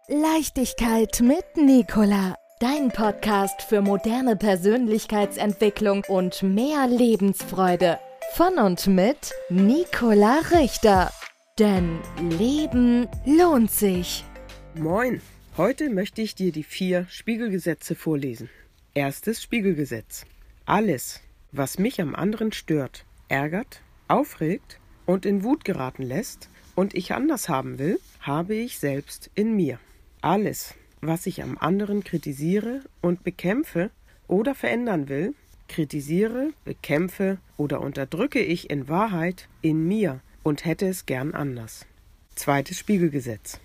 Leichtigkeit mit Nicola, dein Podcast für moderne Persönlichkeitsentwicklung und mehr Lebensfreude. Von und mit Nicola Richter. Denn Leben lohnt sich. Moin, heute möchte ich dir die 4 Spiegelgesetze vorlesen. Erstes Spiegelgesetz. Alles, was mich am anderen stört, ärgert, aufregt und in Wut geraten lässt und ich anders haben will, habe ich selbst in mir. Alles, was ich am anderen kritisiere und bekämpfe oder verändern will, kritisiere, bekämpfe oder unterdrücke ich in Wahrheit in mir und hätte es gern anders. Zweites Spiegelgesetz.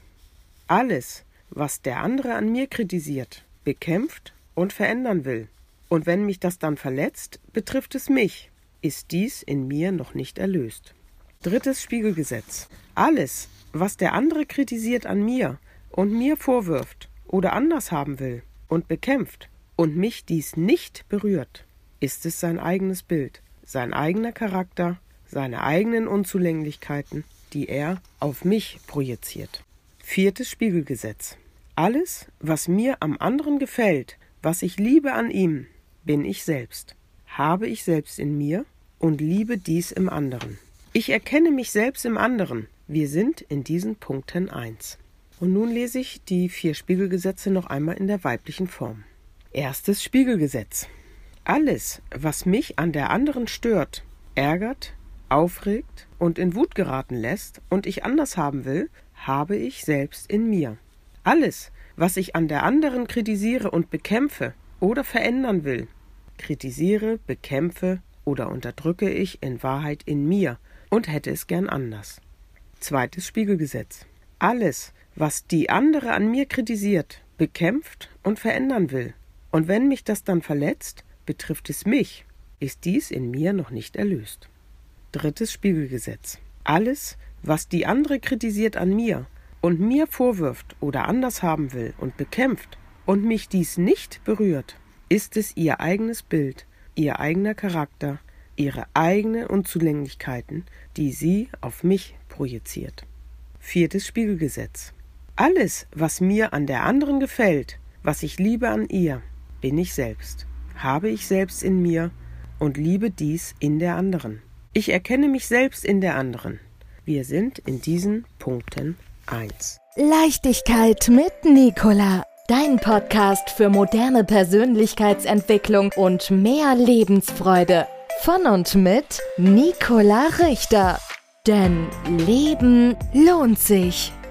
Alles, was der andere an mir kritisiert, bekämpft und verändern will, und wenn mich das dann verletzt, betrifft es mich, ist dies in mir noch nicht erlöst. Drittes Spiegelgesetz. Alles, was der andere kritisiert an mir und mir vorwirft oder anders haben will und bekämpft und mich dies nicht berührt, ist es sein eigenes Bild, sein eigener Charakter, seine eigenen Unzulänglichkeiten, die er auf mich projiziert. Viertes Spiegelgesetz. Alles, was mir am anderen gefällt, was ich liebe an ihm, bin ich selbst, habe ich selbst in mir und liebe dies im anderen. Ich erkenne mich selbst im anderen. Wir sind in diesen Punkten 1. Und nun lese ich die 4 Spiegelgesetze noch einmal in der weiblichen Form. Erstes Spiegelgesetz. Alles, was mich an der anderen stört, ärgert, aufregt und in Wut geraten lässt und ich anders haben will, habe ich selbst in mir. Alles, was ich an der anderen kritisiere und bekämpfe oder verändern will, kritisiere, bekämpfe oder unterdrücke ich in Wahrheit in mir und hätte es gern anders. Zweites Spiegelgesetz. Alles, was die andere an mir kritisiert, bekämpft und verändern will, und wenn mich das dann verletzt, betrifft es mich, ist dies in mir noch nicht erlöst. Drittes Spiegelgesetz. Alles, was die andere kritisiert an mir und mir vorwirft oder anders haben will und bekämpft und mich dies nicht berührt, ist es ihr eigenes Bild, ihr eigener Charakter, ihre eigenen Unzulänglichkeiten, die sie auf mich projiziert. Viertes Spiegelgesetz. Alles, was mir an der anderen gefällt, was ich liebe an ihr, bin ich selbst, habe ich selbst in mir und liebe dies in der anderen. Ich erkenne mich selbst in der anderen. Wir sind in diesen Punkten 1. Leichtigkeit mit Nicola, dein Podcast für moderne Persönlichkeitsentwicklung und mehr Lebensfreude. Von und mit Nicola Richter. Denn Leben lohnt sich.